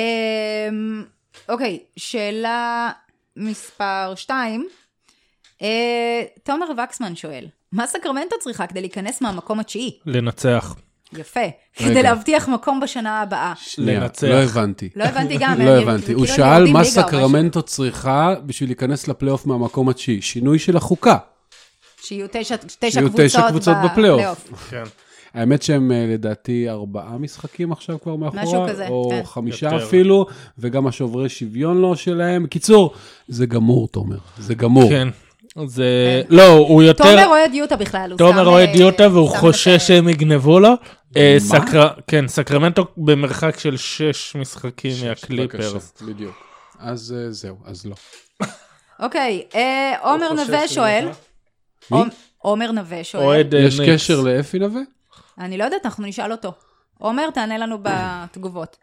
אוקיי, שאלה מספר שתיים. אה, תומר וקסמן שואל, מה סקרמנטו צריכה כדי להיכנס מהמקום התשיעי? לנצח. יפה. כדי להבטיח מקום בשנה הבאה. לנצח. לא הבנתי. לא הבנתי גם. לא הבנתי. הוא שאל מה סקרמנטו צריכה בשביל להיכנס לפלייאוף מהמקום התשיעי. שינוי של החוקה. שיהיו תשע קבוצות בפלייאוף. כן. האמת שהם לדעתי ארבעה משחקים עכשיו כבר מאחורה. משהו כזה. או חמישה אפילו. וגם השוברי שוויון לא שלהם. קיצור, זה גמור, תומר. זה גמור. כן. זה, לא, הוא יותר... תומר אוהד יוטה בכלל. תומר אוהד יוטה והוא חושש שהם יגנבו לו. כן, סקרמנטו במרחק של שש משחקים מהקליפרס. בדיוק. אז זהו, אז לא. אוקיי, עומר נווה שואל. מי? עומר נווה שואל. יש קשר לאפי נווה? אני לא יודעת, אנחנו נשאל אותו. עומר, תענה לנו בתגובות.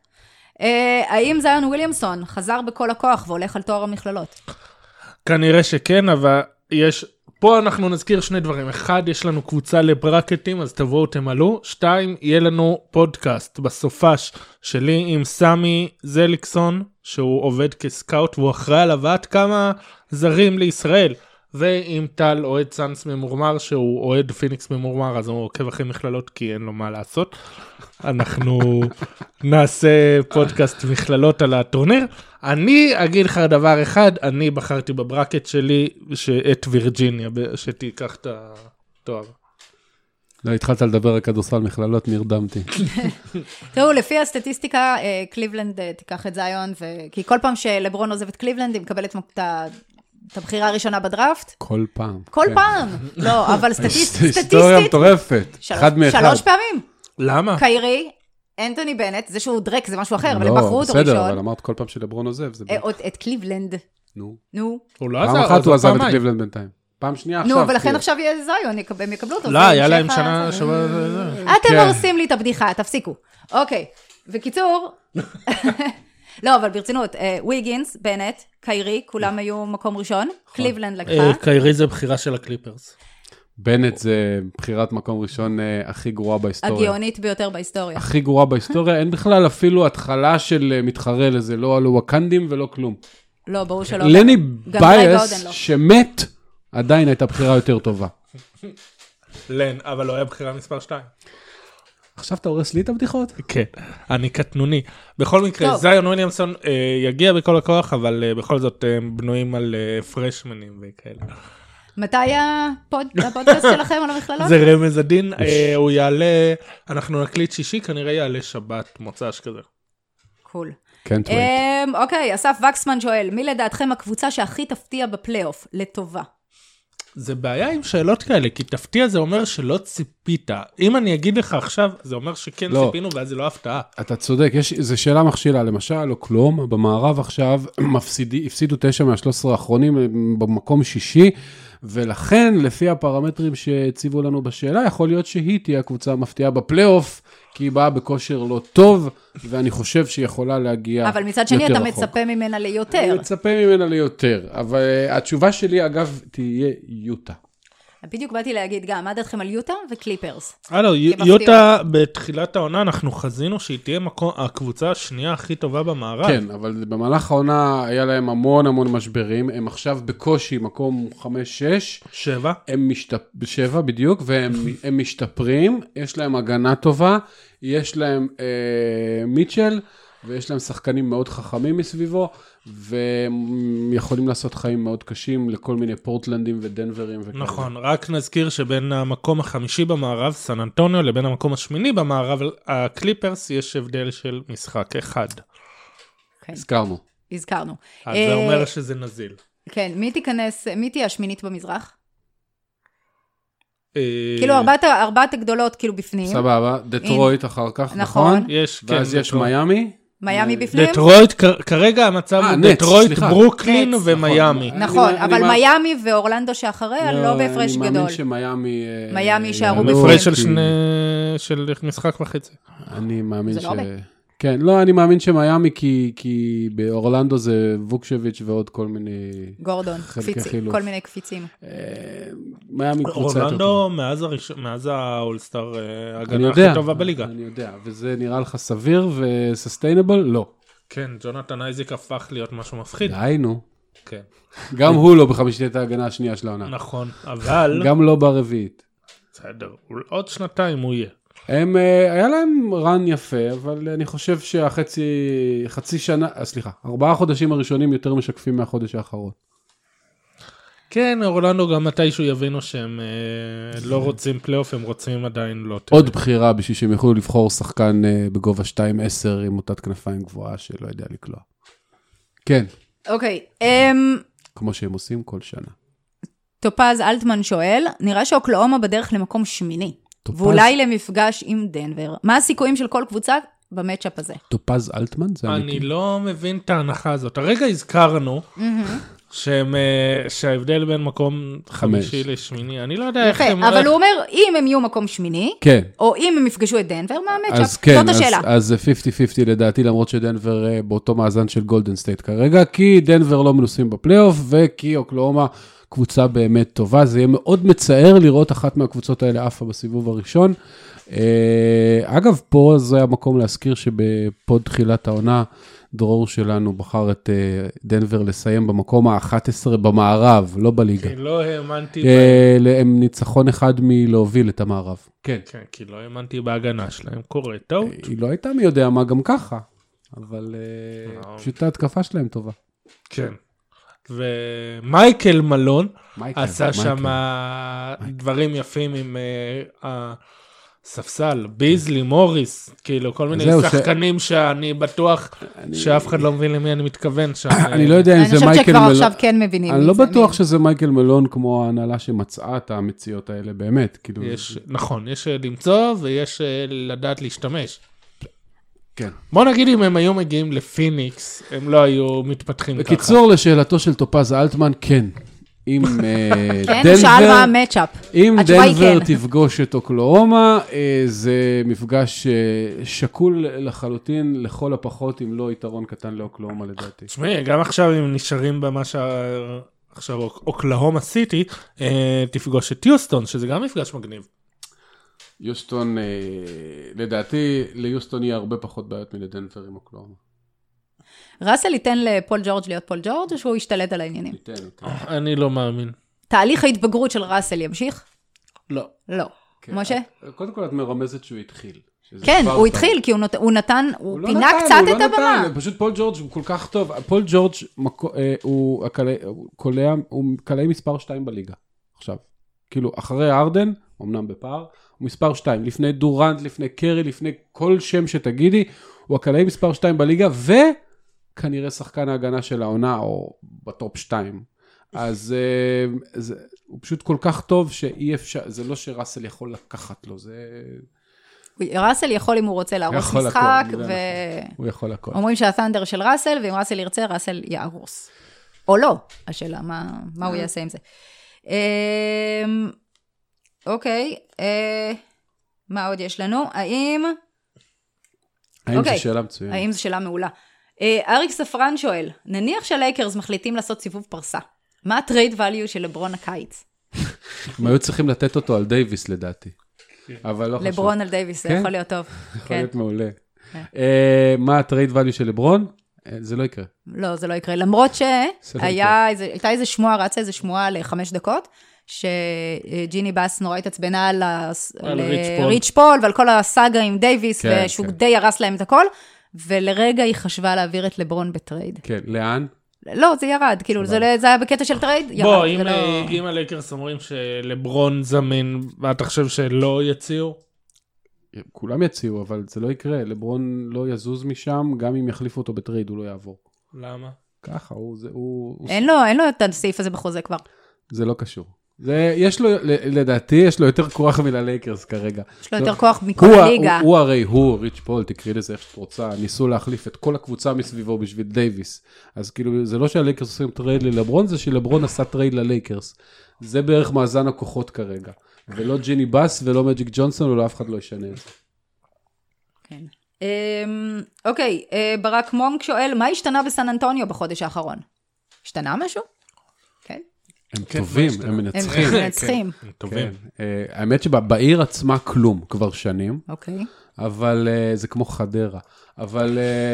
האם זיון וויליאמסון חזר בכל הכוח והולך על תואר המכללות? כנראה שכן, אבל יש, פה אנחנו נזכיר שני דברים. אחד, יש לנו קבוצה לברקטים, אז תבואו תמלאו. שתיים, יהיה לנו פודקאסט בסופש שלי עם סמי זליקסון, שהוא עובד כסקאוט, והוא אחראי על הבאת כמה זרים לישראל. ועם טל אוהד סאנס ממורמר, שהוא אוהד פיניקס ממורמר, אז הוא עוקב אחרי מכללות כי אין לו מה לעשות. אנחנו נעשה פודקאסט מכללות על הטורניר. אני אגיד לך דבר אחד, אני בחרתי בברקט שלי את וירג'יניה, שתיקח את התואר. לא, התחלת לדבר על כדורסל מכללות, נרדמתי. תראו, לפי הסטטיסטיקה, קליבלנד תיקח את זיון, כי כל פעם שלברון עוזב את קליבלנד, היא מקבלת את הבחירה הראשונה בדראפט. כל פעם. כל פעם. לא, אבל סטטיסטית. היסטוריה מטורפת. אחד מאחד. שלוש פעמים. למה? קיירי, אנטוני בנט, זה שהוא דרק, זה משהו אחר, אבל הם בחרו אותו ראשון. בסדר, אבל אמרת כל פעם שלברון עוזב. את קליבלנד. נו. נו. פעם אחת הוא עזב את קליבלנד בינתיים. פעם שנייה עכשיו. נו, ולכן עכשיו יהיה זיון, הם יקבלו אותו. לא, היה להם שנה... אתם הורסים לי את הבדיחה, תפסיקו. אוקיי, וקיצור... לא, אבל ברצינות, ויגינס, בנט, קיירי, כולם היו מקום ראשון, קליבלנד לקחה. קיירי זה בחירה של הקליפרס. בנט זה בחירת מקום ראשון הכי גרועה בהיסטוריה. הגאונית ביותר בהיסטוריה. הכי גרועה בהיסטוריה, אין בכלל אפילו התחלה של מתחרה לזה, לא עלו ווקנדים ולא כלום. לא, ברור שלא. לני בייס, שמת, עדיין הייתה בחירה יותר טובה. לן, אבל לא היה בחירה מספר שתיים. עכשיו אתה הורס לי את הבדיחות? כן, אני קטנוני. בכל מקרה, זיון וויליאמסון יגיע בכל הכוח, אבל בכל זאת הם בנויים על פרשמנים וכאלה. מתי הפודקאסט שלכם על המכללות? זה רמז הדין, הוא יעלה, אנחנו נקליט שישי, כנראה יעלה שבת, מוצ"ש כזה. קול. כן, טווייט. אוקיי, אסף וקסמן שואל, מי לדעתכם הקבוצה שהכי תפתיע בפלייאוף, לטובה? זה בעיה עם שאלות כאלה, כי תפתיע זה אומר שלא ציפית. אם אני אגיד לך עכשיו, זה אומר שכן לא. ציפינו, ואז זה לא הפתעה. אתה צודק, יש, זו שאלה מכשילה, למשל, או כלום, במערב עכשיו, מפסידי, הפסידו תשע מה-שלושה עשר האחרונים במקום שישי, ולכן, לפי הפרמטרים שהציבו לנו בשאלה, יכול להיות שהיא תהיה הקבוצה המפתיעה בפלייאוף, כי היא באה בכושר לא טוב, ואני חושב שהיא יכולה להגיע יותר רחוק. אבל מצד שני אתה מצפה ממנה ליותר. אני מצפה ממנה ליותר, אבל התשובה שלי, אגב, תהיה יוטה. בדיוק באתי להגיד גם, מה דעתכם על יוטה וקליפרס? הלו, יוטה בתחילת העונה אנחנו חזינו שהיא תהיה הקבוצה השנייה הכי טובה במערב. כן, אבל במהלך העונה היה להם המון המון משברים, הם עכשיו בקושי מקום חמש שש. שבע. הם משתפ... שבע בדיוק, והם הם משתפרים, יש להם הגנה טובה, יש להם אה, מיטשל, ויש להם שחקנים מאוד חכמים מסביבו, והם יכולים לעשות חיים מאוד קשים לכל מיני פורטלנדים ודנברים וכאלה. נכון, רק נזכיר שבין המקום החמישי במערב, סן אנטוניו, לבין המקום השמיני במערב, הקליפרס, יש הבדל של משחק אחד. כן. הזכרנו. הזכרנו. אז זה אומר שזה נזיל. כן, מי תיכנס, מי תהיה השמינית במזרח? כאילו ארבעת, ארבעת הגדולות כאילו בפנים. סבבה, דטרויט אחר כך, נכון? יש, ואז יש מיימי. מיימי בפנים? דטרויט, כרגע המצב הוא דטרויט, ברוקלין ומיימי. נכון, אבל מיימי ואורלנדו שאחריה לא בהפרש גדול. אני מאמין שמיימי... מיימי יישארו בפנים. בהפרש של שני... של משחק וחצי. אני מאמין ש... כן, לא, אני מאמין שמיימי, כי, כי באורלנדו זה ווקשביץ' ועוד כל מיני... גורדון, קפיצים, כל מיני קפיצים. מיימי קבוצה יותר טובה. אורלנדו מאז, הראש... מאז האולסטאר הגנה הכי טובה בליגה. אני יודע, וזה נראה לך סביר וססטיינבל? לא. כן, ג'ונתן אייזיק הפך להיות משהו מפחיד. דיינו. כן. גם הוא לא בחמישית ההגנה השנייה של העונה. נכון, אבל... גם לא ברביעית. בסדר, עוד שנתיים הוא יהיה. הם, היה להם רן יפה, אבל אני חושב שהחצי, חצי שנה, סליחה, ארבעה חודשים הראשונים יותר משקפים מהחודש האחרון. כן, אורלנדו גם מתישהו יבינו שהם לא רוצים פלייאוף, הם רוצים עדיין לא... עוד בחירה בשביל שהם יכולו לבחור שחקן בגובה שתיים עשר עם מוטת כנפיים גבוהה שלא יודע לקלוע. כן. אוקיי. כמו שהם עושים כל שנה. טופז אלטמן שואל, נראה שאוקלאומה בדרך למקום שמיני. ואולי למפגש עם דנבר. מה הסיכויים של כל קבוצה במאצ'אפ הזה? טופז אלטמן? אני לא מבין את ההנחה הזאת. הרגע הזכרנו שההבדל בין מקום חמישי לשמיני, אני לא יודע איך הם... אבל הוא אומר, אם הם יהיו מקום שמיני, או אם הם יפגשו את דנבר, מה המאצ'אפ? זאת השאלה. אז זה חמישים חמישים לדעתי, למרות שדנבר באותו מאזן של גולדן סטייט כרגע, כי דנבר לא מנוסים בפלייאוף, וכי אוקלאומה קבוצה באמת טובה, זה יהיה מאוד מצער לראות אחת מהקבוצות האלה עפה בסיבוב הראשון. אגב, פה זה המקום להזכיר שבפוד תחילת העונה, דרור שלנו בחר את דנבר לסיים במקום ה-אחת עשרה במערב, לא בליגה. כי לא האמנתי... הם ניצחון אחד מלהוביל את המערב. כן. כן, כי לא האמנתי בהגנה שלהם, קורה טעות. היא לא הייתה מי יודע מה גם ככה, אבל פשוט ההתקפה שלהם טובה. כן. ומייקל מלון עשה שם דברים יפים עם הספסל, ביזלי, מוריס, כאילו כל מיני שחקנים שאני בטוח שאף אחד לא מבין למי אני מתכוון. אני לא יודע אם זה מייקל מלון. אני חושבת שכבר עכשיו כן מבינים. אני לא בטוח שזה מייקל מלון כמו ההנהלה שמצאה את המציאות האלה באמת. נכון, יש למצוא ויש לדעת להשתמש. כן. בוא נגיד אם הם היו מגיעים לפיניקס, הם לא היו מתפתחים ככה. בקיצור לשאלתו של טופז אלטמן, כן. אם כן, שאל מה המאצ'אפ. אם דנבר תפגוש את אוקלאומה, זה מפגש שקול לחלוטין, לכל הפחות, אם לא יתרון קטן לאוקלאומה לדעתי. תשמעי, גם עכשיו הם נשארים במה עכשיו אוקלהומה סיטי, תפגוש את יוסטון, שזה גם מפגש מגניב. יוסטון, לדעתי, ליוסטון יהיה הרבה פחות בעיות מלדנבר עם אוקלהומה. ראסל ייתן לפול ג'ורג' להיות פול ג'ורג' או שהוא ישתלט על העניינים? ייתן, ייתן. אני לא מאמין. תהליך ההתבגרות של ראסל ימשיך? לא. לא. משה? קודם כל את מרמזת שהוא התחיל. כן, הוא התחיל, כי הוא נתן, הוא פינה קצת את הבמה. פשוט פול ג'ורג' הוא כל כך טוב. פול ג'ורג' הוא קלעי מספר שתיים בליגה. עכשיו. כאילו, אחרי ארדן, אמנם בפער, הוא מספר שתיים. לפני דורנט, לפני קרי, לפני כל שם שתגידי, הוא הקלעי מספר שתיים בליגה, וכנראה שחקן ההגנה של העונה, או בטופ שתיים. אז זה, הוא פשוט כל כך טוב שאי אפשר, זה לא שראסל יכול לקחת לו, זה... ראסל יכול אם הוא רוצה להרוס משחק, ו... הוא יכול הכל. אומרים שהת'נדר של ראסל, ואם ראסל ירצה, ראסל יהרוס. או לא, השאלה, מה, מה הוא יעשה עם זה. אוקיי, מה עוד יש לנו? האם... האם זו שאלה מצוינת? האם זו שאלה מעולה? אריק ספרן שואל, נניח שהלייקרס מחליטים לעשות סיבוב פרסה, מה הטרייד ואליו של לברון הקיץ? הם היו צריכים לתת אותו על דייביס לדעתי, אבל לא חשוב. לברון על דייביס, זה יכול להיות טוב. יכול להיות מעולה. מה הטרייד ואליו של לברון? זה לא יקרה. לא, זה לא יקרה, למרות שהייתה איזו שמועה, רצה איזו שמועה לחמש דקות, שג'יני באס נורא התעצבנה על ריץ' פול, ועל כל הסאגה עם דייביס, ושהוא די הרס להם את הכל, ולרגע היא חשבה להעביר את לברון בטרייד. כן, לאן? לא, זה ירד, כאילו, זה היה בקטע של טרייד, ירד. בוא, אם הלייקרס אומרים שלברון זמין, ואתה חושב שלא יציעו? כולם יציעו, אבל זה לא יקרה. לברון לא יזוז משם, גם אם יחליפו אותו בטרייד, הוא לא יעבור. למה? ככה, הוא... אין לו, אין לו את הסעיף הזה בחוזה כבר. זה לא קשור. זה, יש לו, לדעתי, יש לו יותר כוח מללייקרס כרגע. יש לו יותר כוח מכל הליגה. הוא הרי, הוא, ריץ' פול, תקראי לזה איך שאת רוצה, ניסו להחליף את כל הקבוצה מסביבו בשביל דייביס. אז כאילו, זה לא שהלייקרס עושים טרייד ללברון, זה שלברון עשה טרייד ללייקרס. זה בערך מאזן הכוחות כרגע. ולא ג'יני באס ולא מג'יק ג'ונסון, ולא אף אחד לא ישנה את זה. כן. אוקיי, ברק מונק שואל, מה השתנה בסן אנטוניו בחודש האחרון? השתנה משהו? כן. הם טובים, הם מנצחים. הם מנצחים. הם טובים. האמת שבעיר עצמה כלום כבר שנים. אוקיי. אבל זה כמו חדרה. אבל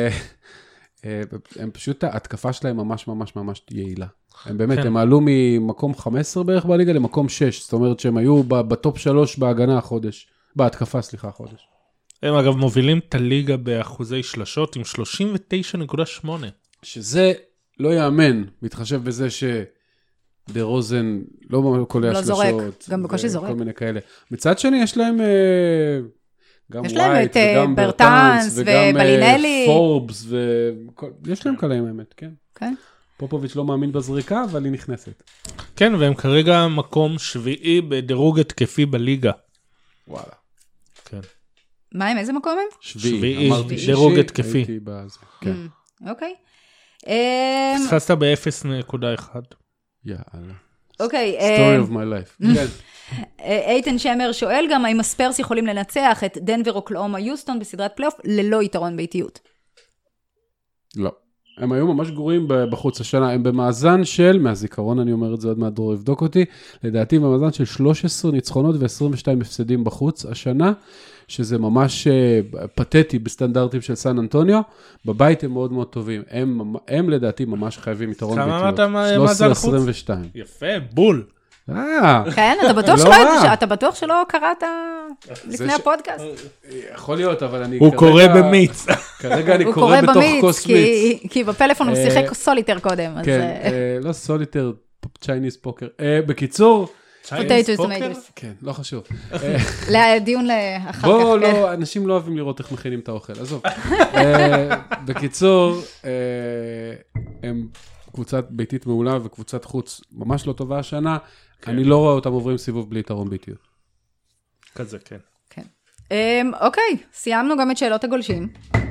הם פשוט, ההתקפה שלהם ממש ממש ממש יעילה. הם באמת, הם עלו ממקום חמש עשרה בערך בליגה למקום שש. זאת אומרת שהם היו בטופ שלוש בהגנה החודש. בהתקפה, סליחה, החודש. הם אגב מובילים את הליגה באחוזי שלשות עם שלושים ותשע נקודה שמונה. שזה לא יאמן, מתחשב בזה ש... דה רוזן לא קולע שלשות. לא זורק, גם בקושי זורק. כל מיני כאלה. מצד שני יש להם גם ווייט וגם ברטנס וגם פורבס, יש להם קלעים האמת, כן. כן. פופוביץ' לא מאמין בזריקה, אבל היא נכנסת. כן, והם כרגע מקום שביעי בדירוג התקפי בליגה. וואלה. כן. מה הם, איזה מקום הם? שביעי, דירוג התקפי. כן. אוקיי. פספסת ב-אפס נקודה אחת. יאללה. אוקיי. Story of my life. כן. איתן שמר שואל גם, האם הספרס יכולים לנצח את דנבר אוקלהומה יוסטון בסדרת פלייאוף ללא יתרון ביתיות? לא. הם היו ממש גרועים בחוץ השנה, הם במאזן של, מהזיכרון אני אומר את זה עוד מעט דרור יבדוק אותי, לדעתי במאזן של שלוש עשרה ניצחונות ו-עשרים ושתיים הפסדים בחוץ השנה, שזה ממש פתטי בסטנדרטים של סן אנטוניו, בבית הם מאוד מאוד טובים, הם, הם לדעתי ממש חייבים יתרון ביתיות. שלוש עשרה עשרים ושתיים. יפה, בול. אה. כן, אתה בטוח שלא, אתה בטוח שלא קראת לפני הפודקאסט? יכול להיות, אבל אני... הוא קורא במיץ. כרגע אני קורא בתוך כוס מיץ. כי בפלאפון הוא שיחק סוליטר קודם. כן, לא סוליטר, צ'ייניז פוקר. בקיצור... פוטייטוס טומטוס. כן, לא חשוב. לדיון לאחר כך. בוא, לא, אנשים לא אוהבים לראות איך מכינים את האוכל, עזוב. בקיצור, הם קבוצת ביתית מעולה וקבוצת חוץ ממש לא טובה השנה. אני לא רואה אותם עוברים סיבוב בלי יתרון ביתיות. כזה, כן. כן. אוקיי, סיימנו גם את שאלות הגולשים.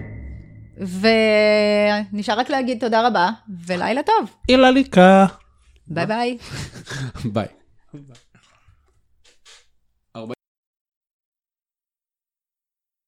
ונשאר רק להגיד תודה רבה, ולילה טוב. אילליקה. ביי ביי. ביי.